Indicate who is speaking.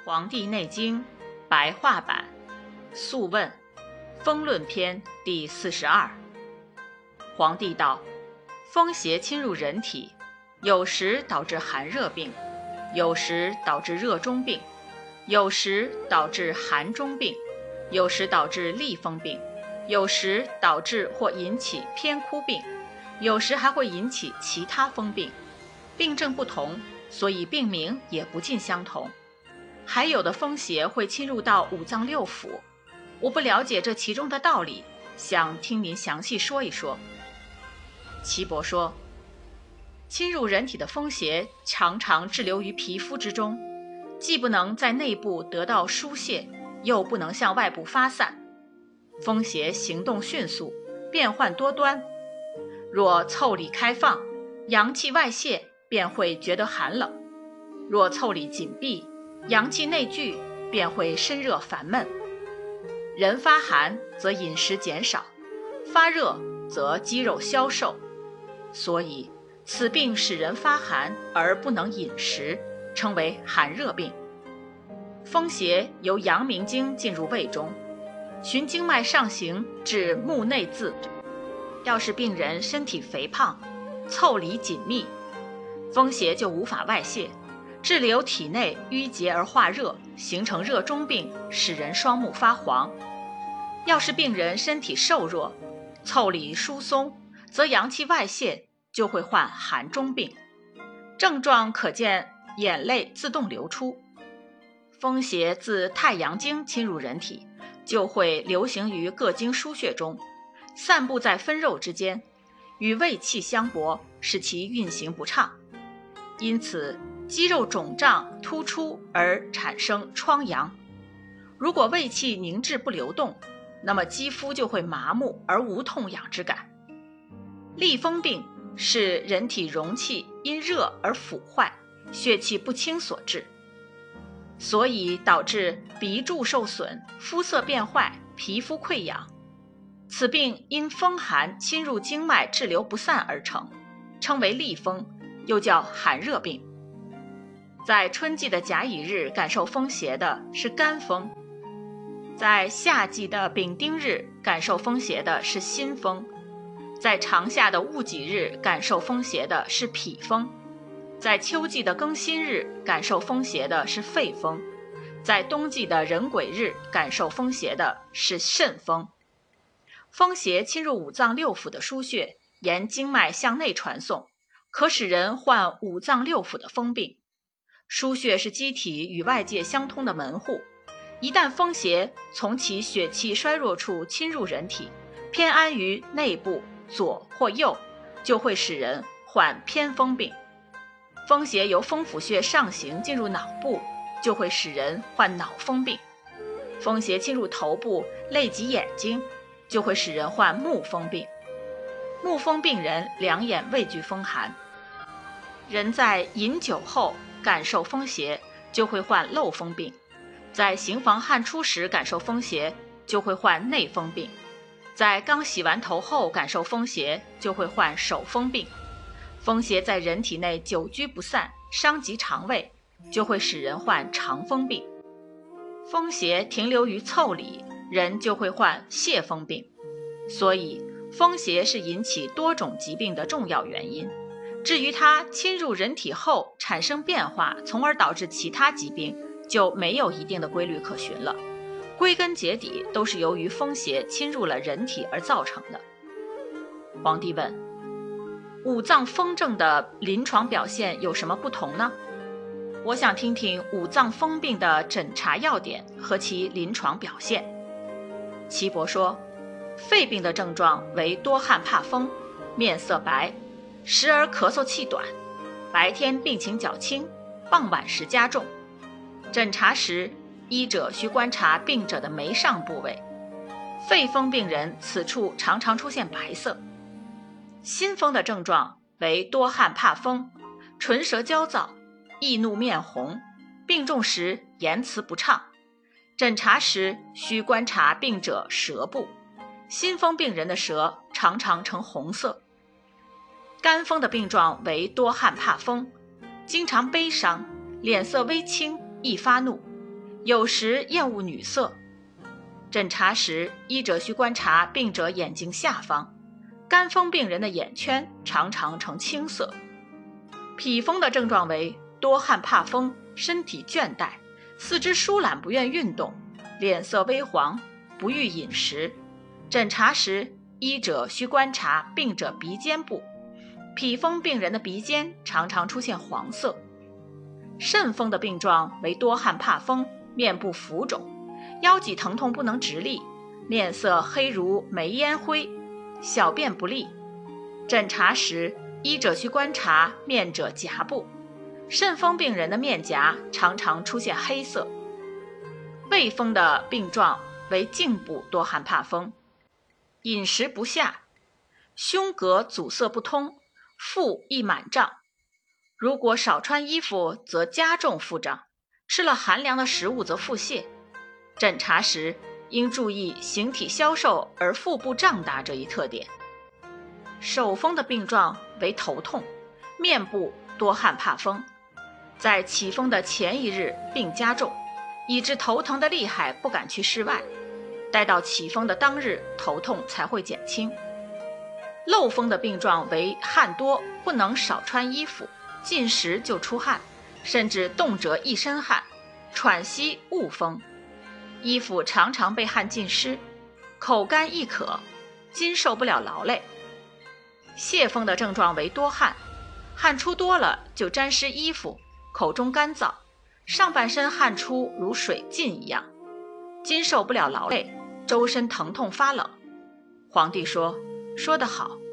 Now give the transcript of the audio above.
Speaker 1: 黄帝内经白话版素问风论篇第42。黄帝道：风邪侵入人体，有时导致寒热病，有时导致热中病，有时导致寒中病，有时导致痢风病，有时导致或引起偏枯病，有时还会引起其他风病。病症不同，所以病名也不尽相同。还有的风邪会侵入到五脏六腑，我不了解这其中的道理，想听您详细说一说。岐伯说，侵入人体的风邪常常滞留于皮肤之中，既不能在内部得到疏泄，又不能向外部发散。风邪行动迅速，变幻多端，若腠理开放，阳气外泄，便会觉得寒冷；若腠理紧闭，阳气内聚，便会身热烦闷。人发寒则饮食减少，发热则肌肉消瘦，所以此病使人发寒而不能饮食，称为寒热病。风邪由阳明经进入胃中，循经脉上行至目内眦。要是病人身体肥胖，腠理紧密，风邪就无法外泄，滞留体内淤结而化热，形成热中病，使人双目发黄。要是病人身体瘦弱，腠理疏松，则阳气外泄，就会患寒中病。症状可见眼泪自动流出。风邪自太阳经侵入人体，就会流行于各经腧穴中，散布在分肉之间，与胃气相搏，使其运行不畅。因此肌肉肿胀突出而产生疮疡。如果胃气凝滞不流动，那么肌肤就会麻木而无痛痒之感。痢风病是人体容器因热而腐坏，血气不清所致，所以导致鼻柱受损，肤色变坏，皮肤溃疡。此病因风寒侵入经脉滞留不散而成，称为痢风，又叫寒热病。在春季的甲乙日感受风邪的是干风，在夏季的丙丁日感受风邪的是辛风，在长夏的戊己日感受风邪的是痞风，在秋季的庚辛日感受风邪的是肺风，在冬季的壬癸日感受风邪的是肾风。风邪侵入五脏六腑的腧穴，沿经脉向内传送，可使人患五脏六腑的风病。腧穴是机体与外界相通的门户，一旦风邪从其血气衰弱处侵入人体，偏安于内部左或右，就会使人患偏风病。风邪由风府穴上行进入脑部，就会使人患脑风病。风邪侵入头部泪及眼睛，就会使人患目风病。目风病人两眼畏惧风寒。人在饮酒后感受风邪，就会患漏风病；在行房汗出时感受风邪，就会患内风病；在刚洗完头后感受风邪，就会患手风病。风邪在人体内久居不散，伤及肠胃，就会使人患肠风病。风邪停留于腠理，人就会患泄风病。所以风邪是引起多种疾病的重要原因。至于它侵入人体后产生变化，从而导致其他疾病，就没有一定的规律可循了。归根结底都是由于风邪侵入了人体而造成的。皇帝问，五脏风症的临床表现有什么不同呢？我想听听五脏风病的诊查要点和其临床表现。岐伯说，肺病的症状为多汗怕风，面色白，时而咳嗽气短，白天病情较轻，傍晚时加重。诊查时，医者需观察病者的眉上部位。肺风病人此处常常出现白色。辛风的症状为多汗怕风，唇舌焦躁，易怒面红，病重时言辞不畅。诊查时需观察病者舌部，辛风病人的舌常常呈红色。干风的病状为多汗怕风，经常悲伤，脸色微青，易发怒。 有时厌恶女色。诊查时，医者需观察病者眼睛下方，干风病人的眼圈常常呈青色。痞风的症状为多汗怕风，身体倦怠，四肢疏懒不愿运动，脸色微黄，不欲饮食。诊查时，医者需观察病者鼻尖部，痞风病人的鼻尖常常出现黄色。肾风的病状为多汗怕风，面部浮肿，腰脊疼痛不能直立，面色黑如煤烟灰，小便不利。诊查时，医者需观察面者颊部，肾风病人的面颊常常出现黑色。胃风的病状为颈部多汗怕风，饮食不下，胸膈阻塞不通，腹易满胀。如果少穿衣服则加重腹胀，吃了寒凉的食物则腹泻。诊查时应注意形体消瘦而腹部胀大这一特点。手风的病状为头痛，面部多汗怕风，在起风的前一日病加重，以致头疼的厉害，不敢去室外，待到起风的当日头痛才会减轻。漏风的病状为汗多，不能少穿衣服，进食就出汗，甚至动辄一身汗，喘息恶风，衣服常常被汗浸湿，口干易渴，经受不了劳累。泄风的症状为多汗，汗出多了就沾湿衣服，口中干燥，上半身汗出如水浸一样，经受不了劳累，周身疼痛发冷。皇帝说得好。